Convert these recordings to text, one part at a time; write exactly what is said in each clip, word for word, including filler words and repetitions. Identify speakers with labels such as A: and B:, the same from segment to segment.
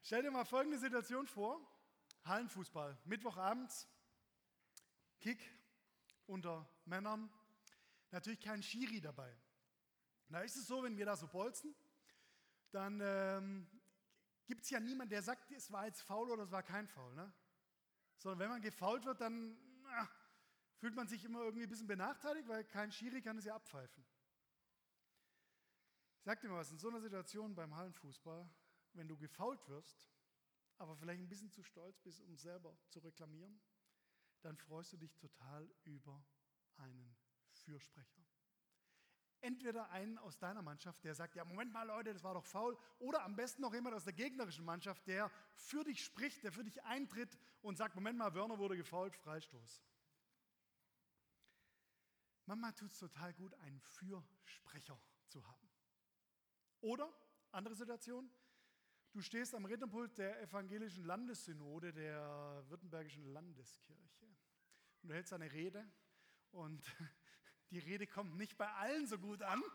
A: Stell dir mal folgende Situation vor. Hallenfußball, Mittwochabends, Kick unter Männern, natürlich kein Schiri dabei. Da ist es so, wenn wir da so bolzen, dann ähm, gibt es ja niemanden, der sagt, es war jetzt Foul oder es war kein Foul. Ne? Sondern wenn man gefoult wird, dann na, fühlt man sich immer irgendwie ein bisschen benachteiligt, weil kein Schiri kann es ja abpfeifen. Ich sag dir mal was, in so einer Situation beim Hallenfußball, wenn du gefoult wirst, aber vielleicht ein bisschen zu stolz bist, um selber zu reklamieren, dann freust du dich total über einen Fürsprecher. Entweder einen aus deiner Mannschaft, der sagt, ja Moment mal Leute, das war doch faul, oder am besten noch jemand aus der gegnerischen Mannschaft, der für dich spricht, der für dich eintritt und sagt, Moment mal, Werner wurde gefoult, Freistoß. Manchmal tut es total gut, einen Fürsprecher zu haben. Oder, andere Situation, du stehst am Rednerpult der evangelischen Landessynode der Württembergischen Landeskirche und du hältst eine Rede und die Rede kommt nicht bei allen so gut an.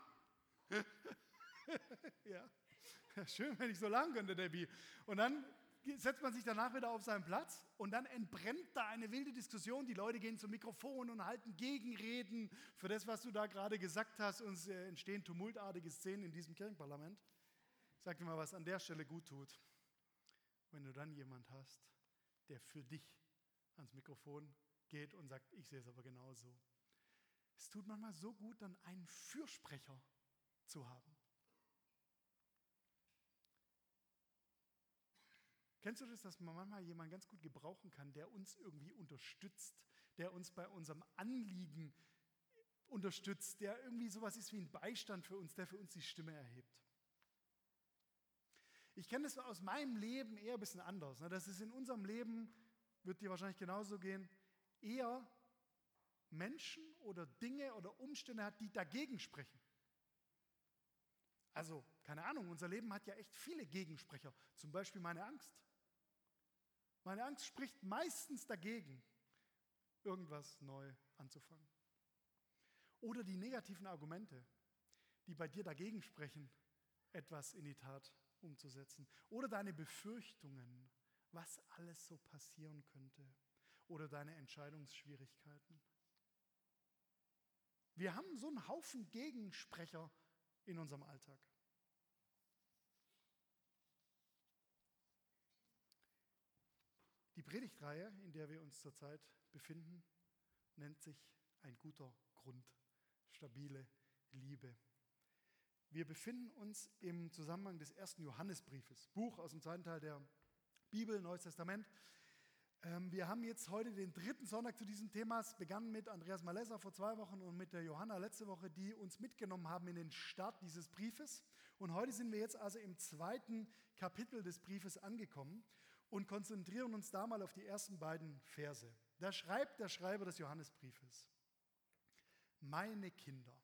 A: Ja, schön, wenn ich so lachen könnte, Debbie. Und dann setzt man sich danach wieder auf seinen Platz und dann entbrennt da eine wilde Diskussion. Die Leute gehen zum Mikrofon und halten Gegenreden für das, was du da gerade gesagt hast, und es entstehen tumultartige Szenen in diesem Kirchenparlament. Sag dir mal, was an der Stelle gut tut, wenn du dann jemand hast, der für dich ans Mikrofon geht und sagt, ich sehe es aber genauso. Es tut manchmal so gut, dann einen Fürsprecher zu haben. Kennst du das, dass man manchmal jemanden ganz gut gebrauchen kann, der uns irgendwie unterstützt, der uns bei unserem Anliegen unterstützt, der irgendwie sowas ist wie ein Beistand für uns, der für uns die Stimme erhebt? Ich kenne das aus meinem Leben eher ein bisschen anders. Das ist in unserem Leben, wird dir wahrscheinlich genauso gehen, eher Menschen oder Dinge oder Umstände hat, die dagegen sprechen. Also, keine Ahnung, unser Leben hat ja echt viele Gegensprecher. Zum Beispiel meine Angst. Meine Angst spricht meistens dagegen, irgendwas neu anzufangen. Oder die negativen Argumente, die bei dir dagegen sprechen, etwas in die Tat umzusetzen. Oder deine Befürchtungen, was alles so passieren könnte. Oder deine Entscheidungsschwierigkeiten. Wir haben so einen Haufen Gegensprecher in unserem Alltag. Die Predigtreihe, in der wir uns zurzeit befinden, nennt sich Ein guter Grund, stabile Liebe. Wir befinden uns im Zusammenhang des ersten Johannesbriefes, Buch aus dem zweiten Teil der Bibel, Neues Testament. Wir haben jetzt heute den dritten Sonntag zu diesem Thema. Es begann mit Andreas Malessa vor zwei Wochen und mit der Johanna letzte Woche, die uns mitgenommen haben in den Start dieses Briefes. Und heute sind wir jetzt also im zweiten Kapitel des Briefes angekommen und konzentrieren uns da mal auf die ersten beiden Verse. Da schreibt der Schreiber des Johannesbriefes: Meine Kinder,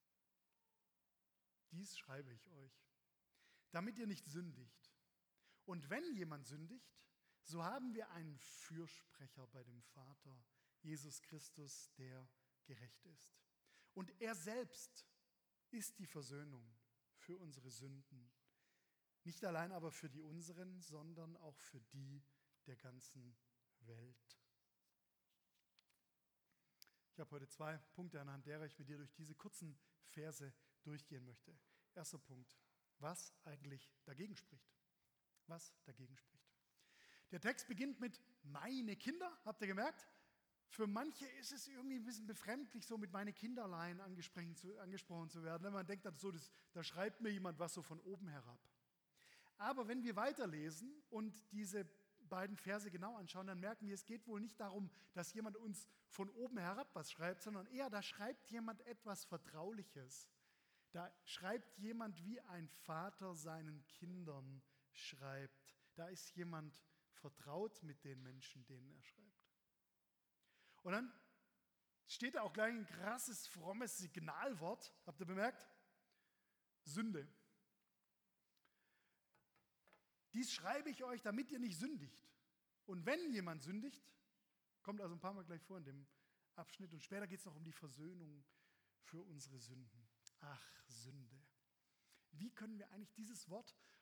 A: dies schreibe ich euch, damit ihr nicht sündigt. Und wenn jemand sündigt, so haben wir einen Fürsprecher bei dem Vater, Jesus Christus, der gerecht ist. Und er selbst ist die Versöhnung für unsere Sünden. Nicht allein aber für die unseren, sondern auch für die der ganzen Welt. Ich habe heute zwei Punkte, anhand derer ich mit dir durch diese kurzen Verse durchgehen möchte. Erster Punkt: Was eigentlich dagegen spricht. Was dagegen spricht. Der Text beginnt mit meine Kinder, habt ihr gemerkt? Für manche ist es irgendwie ein bisschen befremdlich, so mit meine Kinderlein angesprochen zu, angesprochen zu werden. Man denkt dann so, das, da schreibt mir jemand was so von oben herab. Aber wenn wir weiterlesen und diese beiden Verse genau anschauen, dann merken wir, es geht wohl nicht darum, dass jemand uns von oben herab was schreibt, sondern eher, da schreibt jemand etwas Vertrauliches. Da schreibt jemand, wie ein Vater seinen Kindern schreibt. Da ist jemand vertraut mit den Menschen, denen er schreibt. Und dann steht da auch gleich ein krasses, frommes Signalwort. Habt ihr bemerkt? Sünde. Dies schreibe ich euch, damit ihr nicht sündigt. Und wenn jemand sündigt, kommt also ein paar Mal gleich vor in dem Abschnitt, und später geht es noch um die Versöhnung für unsere Sünden. Ach, Sünde. Wie können wir eigentlich dieses Wort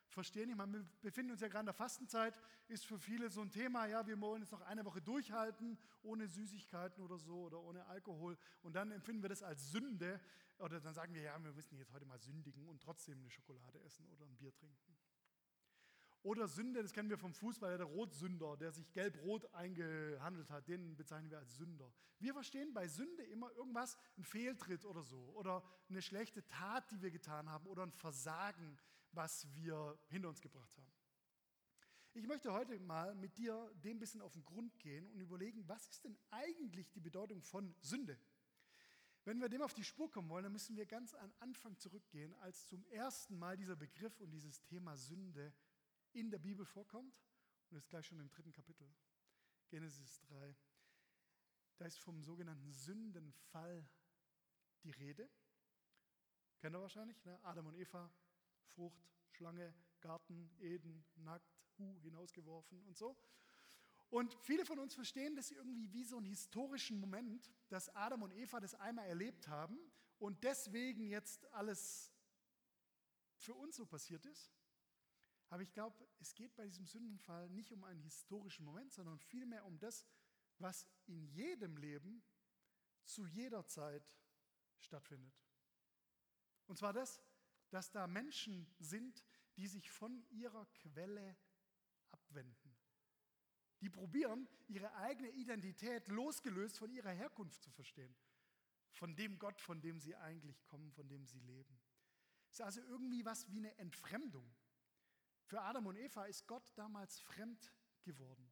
A: verstehen. Ich meine, wir befinden uns ja gerade in der Fastenzeit, ist für viele so ein Thema, ja, wir wollen jetzt noch eine Woche durchhalten, ohne Süßigkeiten oder so oder ohne Alkohol. Und dann empfinden wir das als Sünde oder dann sagen wir, ja, wir müssen jetzt heute mal sündigen und trotzdem eine Schokolade essen oder ein Bier trinken. Oder Sünde, das kennen wir vom Fußball, der Rotsünder, der sich gelb-rot eingehandelt hat, den bezeichnen wir als Sünder. Wir verstehen bei Sünde immer irgendwas, ein Fehltritt oder so, oder eine schlechte Tat, die wir getan haben, oder ein Versagen, was wir hinter uns gebracht haben. Ich möchte heute mal mit dir dem ein bisschen auf den Grund gehen und überlegen, was ist denn eigentlich die Bedeutung von Sünde? Wenn wir dem auf die Spur kommen wollen, dann müssen wir ganz an Anfang zurückgehen, als zum ersten Mal dieser Begriff und dieses Thema Sünde in der Bibel vorkommt, und das ist gleich schon im dritten Kapitel, Genesis drei. Da ist vom sogenannten Sündenfall die Rede. Kennt ihr wahrscheinlich, ne? Adam und Eva, Frucht, Schlange, Garten, Eden, nackt, Hu, hinausgeworfen und so. Und viele von uns verstehen das irgendwie wie so einen historischen Moment, dass Adam und Eva das einmal erlebt haben und deswegen jetzt alles für uns so passiert ist. Aber ich glaube, es geht bei diesem Sündenfall nicht um einen historischen Moment, sondern vielmehr um das, was in jedem Leben zu jeder Zeit stattfindet. Und zwar das, dass da Menschen sind, die sich von ihrer Quelle abwenden. Die probieren, ihre eigene Identität losgelöst von ihrer Herkunft zu verstehen. Von dem Gott, von dem sie eigentlich kommen, von dem sie leben. Es ist also irgendwie was wie eine Entfremdung. Für Adam und Eva ist Gott damals fremd geworden.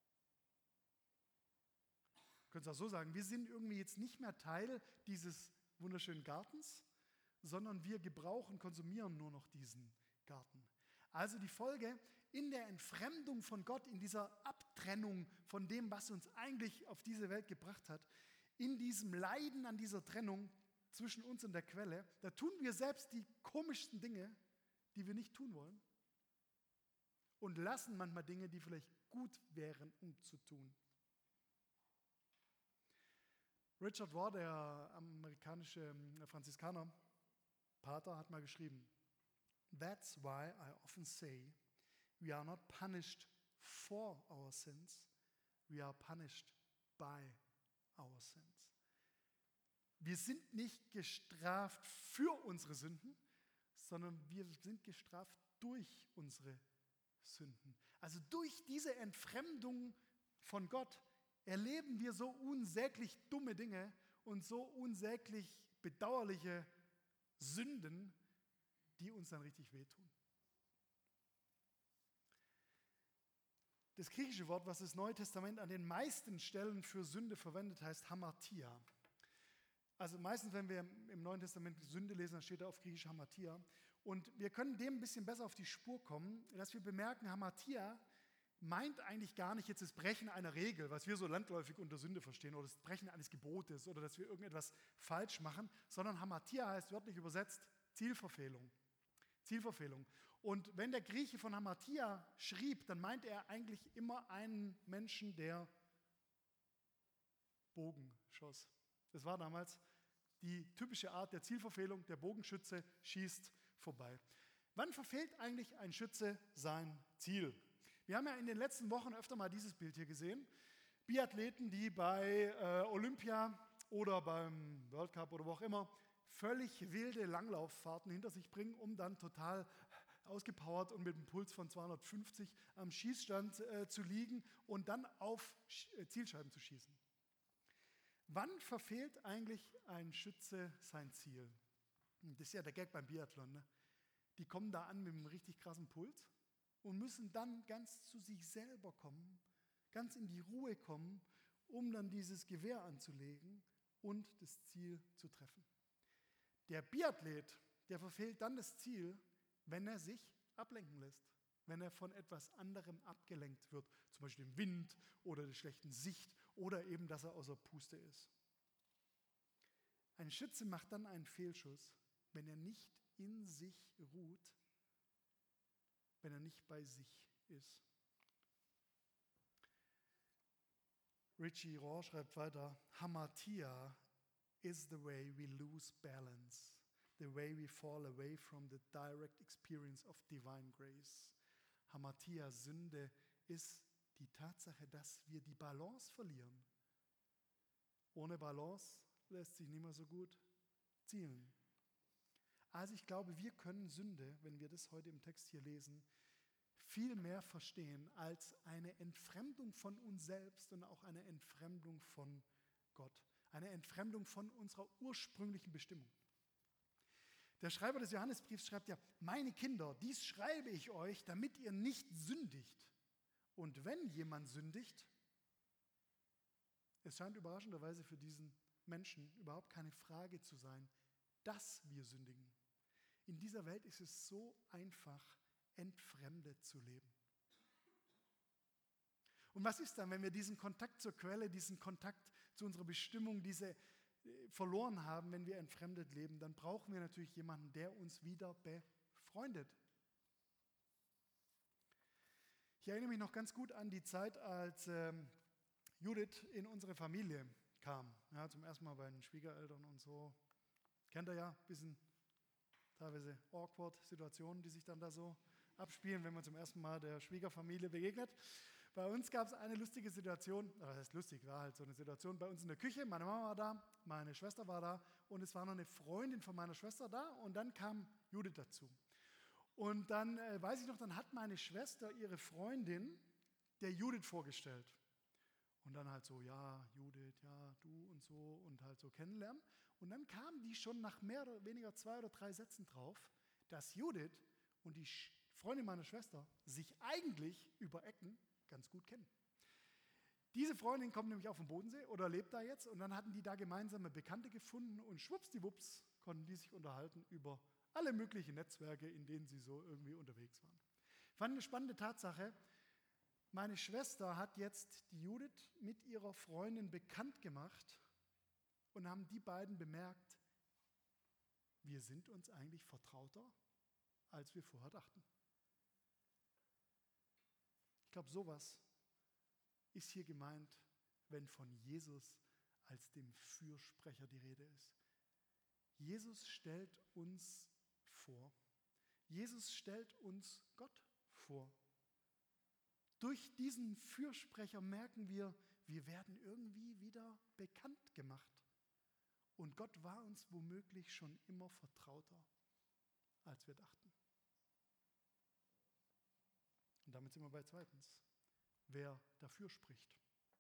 A: Du könntest auch so sagen, wir sind irgendwie jetzt nicht mehr Teil dieses wunderschönen Gartens, sondern wir gebrauchen, konsumieren nur noch diesen Garten. Also die Folge, in der Entfremdung von Gott, in dieser Abtrennung von dem, was uns eigentlich auf diese Welt gebracht hat, in diesem Leiden an dieser Trennung zwischen uns und der Quelle, da tun wir selbst die komischsten Dinge, die wir nicht tun wollen. Und lassen manchmal Dinge, die vielleicht gut wären, um zu tun. Richard Rohr, der amerikanische Franziskaner, Pater, hat mal geschrieben, "That's why I often say, we are not punished for our sins, we are punished by our sins." Wir sind nicht gestraft für unsere Sünden, sondern wir sind gestraft durch unsere Sünden. Also durch diese Entfremdung von Gott erleben wir so unsäglich dumme Dinge und so unsäglich bedauerliche Sünden, die uns dann richtig wehtun. Das griechische Wort, was das Neue Testament an den meisten Stellen für Sünde verwendet, heißt Hamartia. Also meistens, wenn wir im Neuen Testament Sünde lesen, dann steht da auf Griechisch Hamartia. Und wir können dem ein bisschen besser auf die Spur kommen, dass wir bemerken, Hamartia meint eigentlich gar nicht jetzt das Brechen einer Regel, was wir so landläufig unter Sünde verstehen, oder das Brechen eines Gebotes oder dass wir irgendetwas falsch machen, sondern Hamartia heißt wörtlich übersetzt Zielverfehlung. Zielverfehlung. Und wenn der Grieche von Hamartia schrieb, dann meint er eigentlich immer einen Menschen, der Bogen schoss. Das war damals die typische Art der Zielverfehlung. Der Bogenschütze schießt vorbei. Wann verfehlt eigentlich ein Schütze sein Ziel? Wir haben ja in den letzten Wochen öfter mal dieses Bild hier gesehen. Biathleten, die bei äh, Olympia oder beim World Cup oder wo auch immer völlig wilde Langlauffahrten hinter sich bringen, um dann total ausgepowert und mit einem Puls von zweihundertfünfzig am Schießstand äh, zu liegen und dann auf Sch- Zielscheiben zu schießen. Wann verfehlt eigentlich ein Schütze sein Ziel? Das ist ja der Gag beim Biathlon. Ne? Die kommen da an mit einem richtig krassen Puls und müssen dann ganz zu sich selber kommen, ganz in die Ruhe kommen, um dann dieses Gewehr anzulegen und das Ziel zu treffen. Der Biathlet, der verfehlt dann das Ziel, wenn er sich ablenken lässt, wenn er von etwas anderem abgelenkt wird, zum Beispiel dem Wind oder der schlechten Sicht oder eben, dass er außer Puste ist. Ein Schütze macht dann einen Fehlschuss, wenn er nicht in sich ruht, wenn er nicht bei sich ist. Richie Rohr schreibt weiter, Hamartia is the way we lose balance. the way we fall away from the direct experience of divine grace. Hamartia, Sünde ist die Tatsache, dass wir die Balance verlieren. Ohne Balance lässt sich nicht mehr so gut zielen. Also ich glaube, wir können Sünde, wenn wir das heute im Text hier lesen, viel mehr verstehen als eine Entfremdung von uns selbst und auch eine Entfremdung von Gott. Eine Entfremdung von unserer ursprünglichen Bestimmung. Der Schreiber des Johannesbriefs schreibt ja, meine Kinder, dies schreibe ich euch, damit ihr nicht sündigt. Und wenn jemand sündigt, es scheint überraschenderweise für diesen Menschen überhaupt keine Frage zu sein, dass wir sündigen. In dieser Welt ist es so einfach, entfremdet zu leben. Und was ist dann, wenn wir diesen Kontakt zur Quelle, diesen Kontakt zu unserer Bestimmung, diese äh, verloren haben, wenn wir entfremdet leben? Dann brauchen wir natürlich jemanden, der uns wieder befreundet. Ich erinnere mich noch ganz gut an die Zeit, als ähm, Judith in unsere Familie kam. Ja, zum ersten Mal bei den Schwiegereltern und so. Kennt ihr ja, ein bisschen teilweise awkward Situationen, die sich dann da so abspielen, wenn man zum ersten Mal der Schwiegerfamilie begegnet. Bei uns gab es eine lustige Situation, das heißt lustig, war halt so eine Situation bei uns in der Küche. Meine Mama war da, meine Schwester war da und es war noch eine Freundin von meiner Schwester da und dann kam Judith dazu. Und dann äh, weiß ich noch, dann hat meine Schwester ihre Freundin der Judith vorgestellt. Und dann halt so, ja, Judith, ja, du und so und halt so kennenlernen. Und dann kamen die schon nach mehr oder weniger zwei oder drei Sätzen drauf, dass Judith und die Freundin meiner Schwester sich eigentlich über Ecken ganz gut kennen. Diese Freundin kommt nämlich auf den Bodensee oder lebt da jetzt und dann hatten die da gemeinsame Bekannte gefunden und schwuppsdiwupps konnten die sich unterhalten über alle möglichen Netzwerke, in denen sie so irgendwie unterwegs waren. Ich fand eine spannende Tatsache. Meine Schwester hat jetzt die Judith mit ihrer Freundin bekannt gemacht und haben die beiden bemerkt, wir sind uns eigentlich vertrauter, als wir vorher dachten. Ich glaube, sowas ist hier gemeint, wenn von Jesus als dem Fürsprecher die Rede ist. Jesus stellt uns vor. Jesus stellt uns Gott vor. Durch diesen Fürsprecher merken wir, wir werden irgendwie wieder bekannt gemacht. Und Gott war uns womöglich schon immer vertrauter, als wir dachten. Und damit sind wir bei zweitens, wer dafür spricht.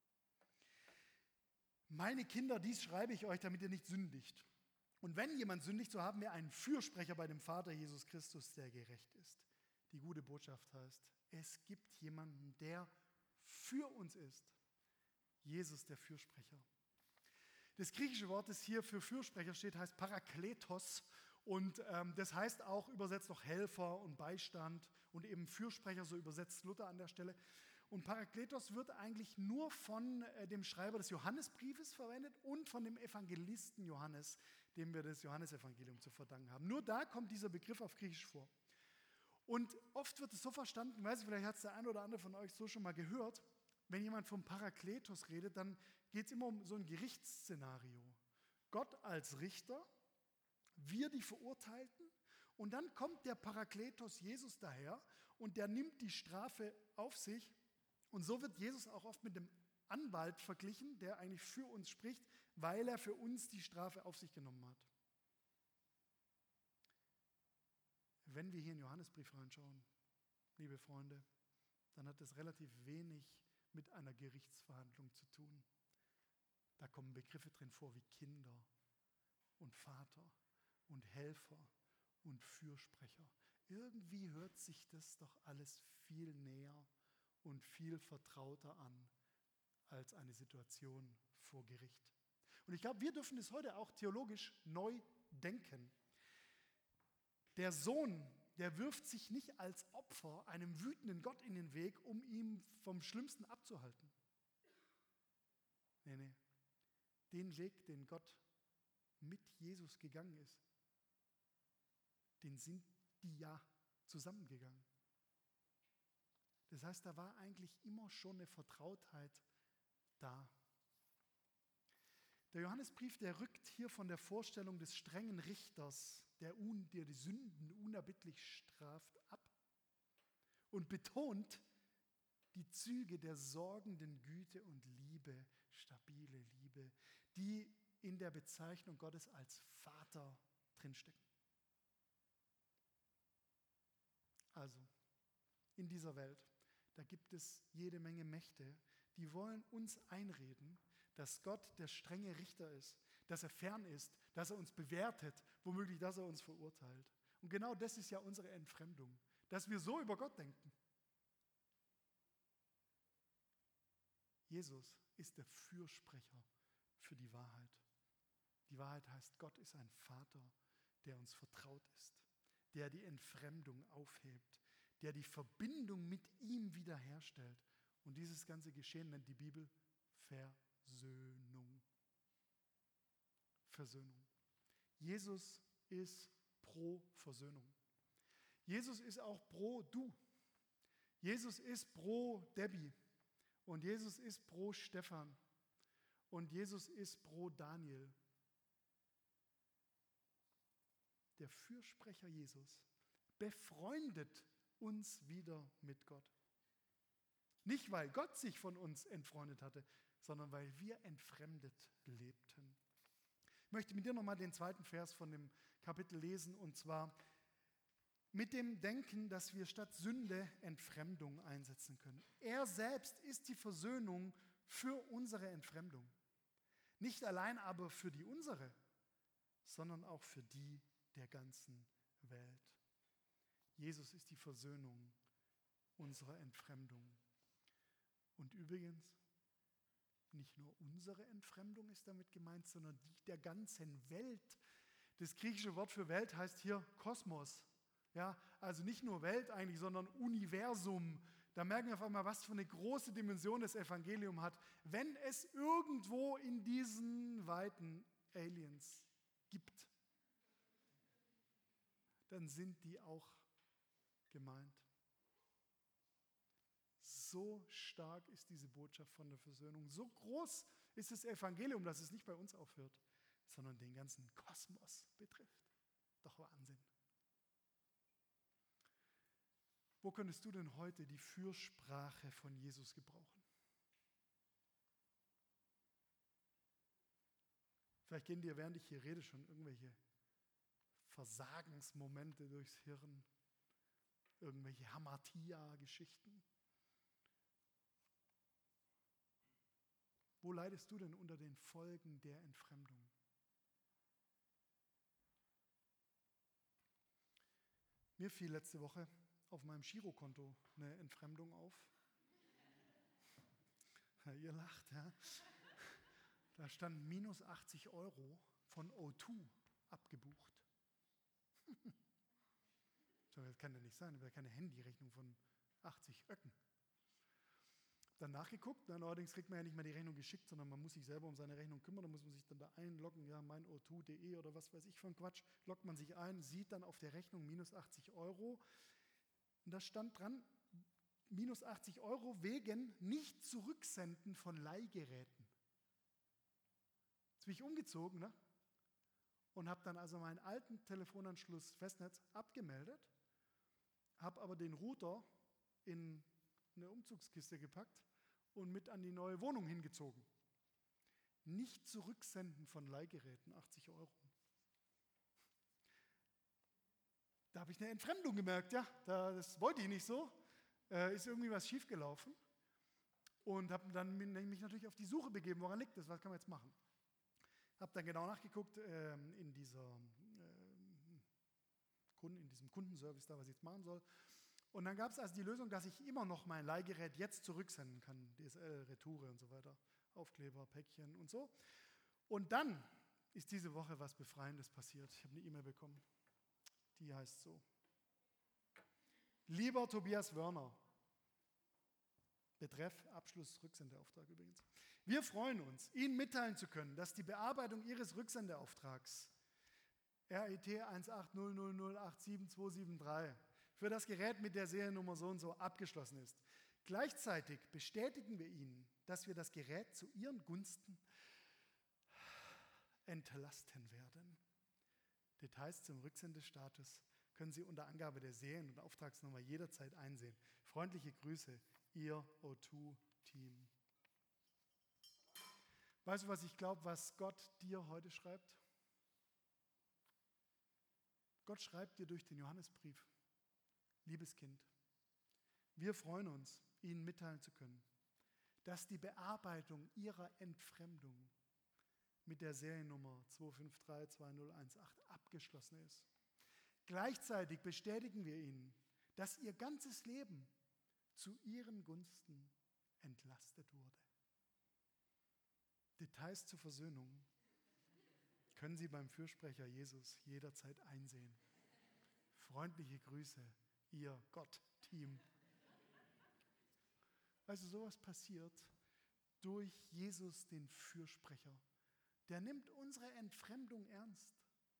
A: Meine Kinder, dies schreibe ich euch, damit ihr nicht sündigt. Und wenn jemand sündigt, so haben wir einen Fürsprecher bei dem Vater Jesus Christus, der gerecht ist. Die gute Botschaft heißt, es gibt jemanden, der für uns ist. Jesus, der Fürsprecher. Das griechische Wort, das hier für Fürsprecher steht, heißt Parakletos. Und ähm, das heißt auch übersetzt noch Helfer und Beistand und eben Fürsprecher, so übersetzt Luther an der Stelle. Und Parakletos wird eigentlich nur von äh, dem Schreiber des Johannesbriefes verwendet und von dem Evangelisten Johannes, dem wir das Johannesevangelium zu verdanken haben. Nur da kommt dieser Begriff auf Griechisch vor. Und oft wird es so verstanden, weiß ich, vielleicht hat es der eine oder andere von euch so schon mal gehört, wenn jemand vom Parakletos redet, dann geht es immer um so ein Gerichtsszenario. Gott als Richter, wir die Verurteilten und dann kommt der Parakletos Jesus daher und der nimmt die Strafe auf sich und so wird Jesus auch oft mit dem Anwalt verglichen, der eigentlich für uns spricht, weil er für uns die Strafe auf sich genommen hat. Wenn wir hier in den Johannesbrief reinschauen, liebe Freunde, dann hat das relativ wenig mit einer Gerichtsverhandlung zu tun. Da kommen Begriffe drin vor wie Kinder und Vater und Helfer und Fürsprecher. Irgendwie hört sich das doch alles viel näher und viel vertrauter an als eine Situation vor Gericht. Und ich glaube, wir dürfen es heute auch theologisch neu denken. Der Sohn, der wirft sich nicht als Opfer einem wütenden Gott in den Weg, um ihn vom Schlimmsten abzuhalten. Nee, nee. Den Weg, den Gott mit Jesus gegangen ist, den sind die ja zusammengegangen. Das heißt, da war eigentlich immer schon eine Vertrautheit da. Der Johannesbrief, der rückt hier von der Vorstellung des strengen Richters, der, un, der die Sünden unerbittlich straft, ab und betont die Züge der sorgenden Güte und Liebe, stabile Liebe, die in der Bezeichnung Gottes als Vater drinstecken. Also, in dieser Welt, da gibt es jede Menge Mächte, die wollen uns einreden, dass Gott der strenge Richter ist, dass er fern ist, dass er uns bewertet, womöglich, dass er uns verurteilt. Und genau das ist ja unsere Entfremdung, dass wir so über Gott denken. Jesus ist der Fürsprecher für die Wahrheit. Die Wahrheit heißt, Gott ist ein Vater, der uns vertraut ist, der die Entfremdung aufhebt, der die Verbindung mit ihm wiederherstellt. Und dieses ganze Geschehen nennt die Bibel Versöhnung. Versöhnung. Jesus ist pro Versöhnung. Jesus ist auch pro Du. Jesus ist pro Debbie. Und Jesus ist pro Stefan. Und Jesus ist pro Daniel. Der Fürsprecher Jesus befreundet uns wieder mit Gott. Nicht, weil Gott sich von uns entfreundet hatte, sondern weil wir entfremdet lebten. Ich möchte mit dir nochmal den zweiten Vers von dem Kapitel lesen, und zwar mit dem Denken, dass wir statt Sünde Entfremdung einsetzen können. Er selbst ist die Versöhnung für unsere Entfremdung. Nicht allein aber für die unsere, sondern auch für die der ganzen Welt. Jesus ist die Versöhnung unserer Entfremdung. Und übrigens, nicht nur unsere Entfremdung ist damit gemeint, sondern die der ganzen Welt. Das griechische Wort für Welt heißt hier Kosmos. Ja, also nicht nur Welt eigentlich, sondern Universum. Da merken wir auf einmal, was für eine große Dimension das Evangelium hat. Wenn es irgendwo in diesen Weiten Aliens gibt, dann sind die auch gemeint. So stark ist diese Botschaft von der Versöhnung. So groß ist das Evangelium, dass es nicht bei uns aufhört, sondern den ganzen Kosmos betrifft. Doch Wahnsinn. Wo könntest du denn heute die Fürsprache von Jesus gebrauchen? Vielleicht gehen dir, während ich hier rede, schon irgendwelche Versagensmomente durchs Hirn, irgendwelche Hamartia-Geschichten. Wo leidest du denn unter den Folgen der Entfremdung? Mir fiel letzte Woche auf meinem Girokonto eine Entfremdung auf. Ja, ihr lacht, ja. Da stand minus achtzig Euro von O zwei abgebucht. Das kann ja nicht sein, das wäre keine Handyrechnung von achtzig Öcken. Dann nachgeguckt, dann allerdings kriegt man ja nicht mehr die Rechnung geschickt, sondern man muss sich selber um seine Rechnung kümmern, da muss man sich dann da einloggen, ja, mein O zwei punkt de oder was weiß ich für ein Quatsch, loggt man sich ein, sieht dann auf der Rechnung minus achtzig Euro und da stand dran, minus achtzig Euro wegen nicht zurücksenden von Leihgeräten. Jetzt bin ich umgezogen, ne? Und habe dann also meinen alten Telefonanschluss Festnetz abgemeldet, habe aber den Router in eine Umzugskiste gepackt und mit an die neue Wohnung hingezogen. Nicht zurücksenden von Leihgeräten, achtzig Euro. Da habe ich eine Entfremdung gemerkt, ja, das wollte ich nicht so, äh, ist irgendwie was schiefgelaufen und habe dann mich natürlich auf die Suche begeben, woran liegt das, was kann man jetzt machen? Habe dann genau nachgeguckt äh, in, dieser, äh, Kunden, in diesem Kundenservice, da was ich jetzt machen soll. Und dann gab es also die Lösung, dass ich immer noch mein Leihgerät jetzt zurücksenden kann. D S L, Retoure und so weiter, Aufkleber, Päckchen und so. Und dann ist diese Woche was Befreiendes passiert. Ich habe eine E-Mail bekommen, die heißt so: Lieber Tobias Wörner, Betreff Abschluss Rücksendeauftrag übrigens. Wir freuen uns, Ihnen mitteilen zu können, dass die Bearbeitung Ihres Rücksendeauftrags R E T eins acht null null null acht sieben zwei sieben drei für das Gerät mit der Seriennummer so und so abgeschlossen ist. Gleichzeitig bestätigen wir Ihnen, dass wir das Gerät zu Ihren Gunsten entlasten werden. Details zum Rücksendestatus können Sie unter Angabe der Serien- und Auftragsnummer jederzeit einsehen. Freundliche Grüße, Ihr O zwei Team. Weißt du, was ich glaube, was Gott dir heute schreibt? Gott schreibt dir durch den Johannesbrief: Liebes Kind, wir freuen uns, Ihnen mitteilen zu können, dass die Bearbeitung Ihrer Entfremdung mit der Seriennummer zwei fünf drei zwei null eins acht abgeschlossen ist. Gleichzeitig bestätigen wir Ihnen, dass Ihr ganzes Leben zu Ihren Gunsten entlastet wurde. Details zur Versöhnung können Sie beim Fürsprecher Jesus jederzeit einsehen. Freundliche Grüße, Ihr Gott-Team. Also sowas passiert durch Jesus, den Fürsprecher. Der nimmt unsere Entfremdung ernst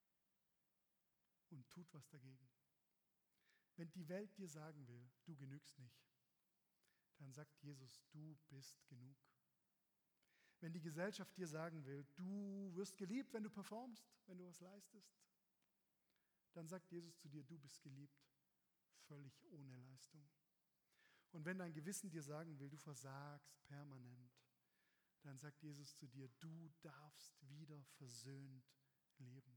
A: und tut was dagegen. Wenn die Welt dir sagen will, du genügst nicht, dann sagt Jesus, du bist genug. Wenn die Gesellschaft dir sagen will, du wirst geliebt, wenn du performst, wenn du was leistest, dann sagt Jesus zu dir, du bist geliebt, völlig ohne Leistung. Und wenn dein Gewissen dir sagen will, du versagst permanent, dann sagt Jesus zu dir, du darfst wieder versöhnt leben.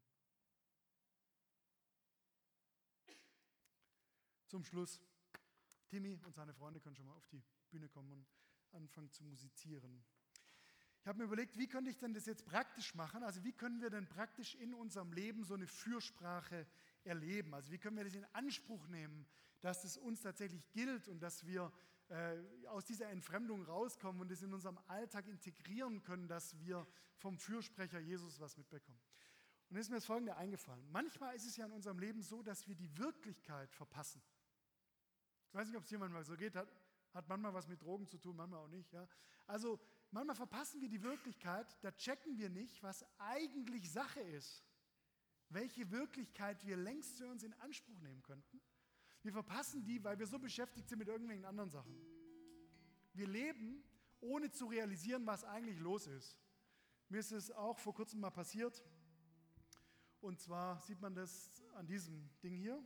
A: Zum Schluss, Timmy und seine Freunde können schon mal auf die Bühne kommen und anfangen zu musizieren. Ich habe mir überlegt, wie könnte ich denn das jetzt praktisch machen? Also wie können wir denn praktisch in unserem Leben so eine Fürsprache erleben? Also wie können wir das in Anspruch nehmen, dass es uns tatsächlich gilt und dass wir äh, aus dieser Entfremdung rauskommen und es in unserem Alltag integrieren können, dass wir vom Fürsprecher Jesus was mitbekommen. Und dann ist mir das Folgende eingefallen. Manchmal ist es ja in unserem Leben so, dass wir die Wirklichkeit verpassen. Ich weiß nicht, ob es jemand mal so geht, hat, hat manchmal was mit Drogen zu tun, manchmal auch nicht. Ja? Also manchmal verpassen wir die Wirklichkeit, da checken wir nicht, was eigentlich Sache ist. Welche Wirklichkeit wir längst für uns in Anspruch nehmen könnten. Wir verpassen die, weil wir so beschäftigt sind mit irgendwelchen anderen Sachen. Wir leben, ohne zu realisieren, was eigentlich los ist. Mir ist es auch vor kurzem mal passiert. Und zwar sieht man das an diesem Ding hier.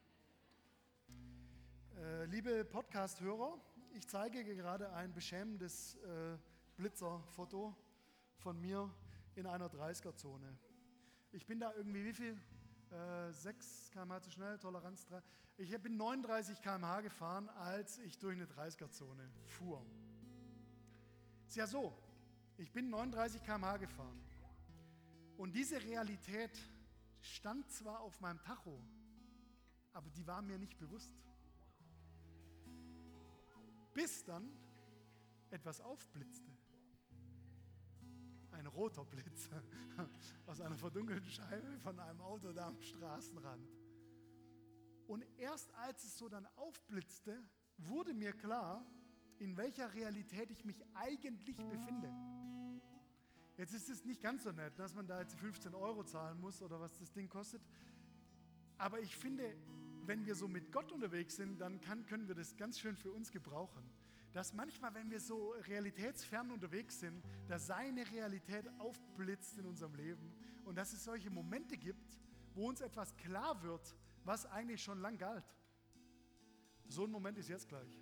A: Äh, liebe Podcast-Hörer, ich zeige gerade ein beschämendes äh, Blitzerfoto von mir in einer dreißiger-Zone. Ich bin da irgendwie, wie viel? Äh, sechs Kilometer pro Stunde zu schnell, Toleranz drei. Ich bin neununddreißig Kilometer pro Stunde gefahren, als ich durch eine dreißiger-Zone fuhr. Ist ja so, ich bin neununddreißig Kilometer pro Stunde gefahren. Und diese Realität stand zwar auf meinem Tacho, aber die war mir nicht bewusst. Bis dann etwas aufblitzte. Ein roter Blitz aus einer verdunkelten Scheibe von einem Auto da am Straßenrand. Und erst als es so dann aufblitzte, wurde mir klar, in welcher Realität ich mich eigentlich befinde. Jetzt ist es nicht ganz so nett, dass man da jetzt fünfzehn Euro zahlen muss oder was das Ding kostet. Aber ich finde, wenn wir so mit Gott unterwegs sind, dann kann, können wir das ganz schön für uns gebrauchen. Dass manchmal, wenn wir so realitätsfern unterwegs sind, dass seine Realität aufblitzt in unserem Leben und dass es solche Momente gibt, wo uns etwas klar wird, was eigentlich schon lang galt. So ein Moment ist jetzt gleich.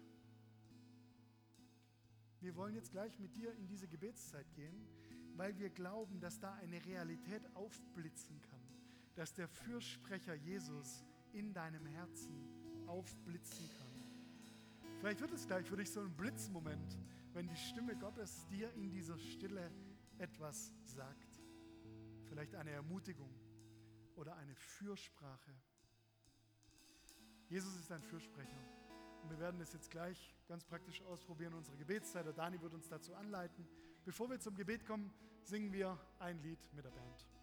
A: Wir wollen jetzt gleich mit dir in diese Gebetszeit gehen, weil wir glauben, dass da eine Realität aufblitzen kann, dass der Fürsprecher Jesus in deinem Herzen aufblitzen kann. Vielleicht wird es gleich für dich so ein Blitzmoment, wenn die Stimme Gottes dir in dieser Stille etwas sagt. Vielleicht eine Ermutigung oder eine Fürsprache. Jesus ist ein Fürsprecher. Und wir werden das jetzt gleich ganz praktisch ausprobieren in unserer Gebetszeit. Der Dani wird uns dazu anleiten. Bevor wir zum Gebet kommen, singen wir ein Lied mit der Band.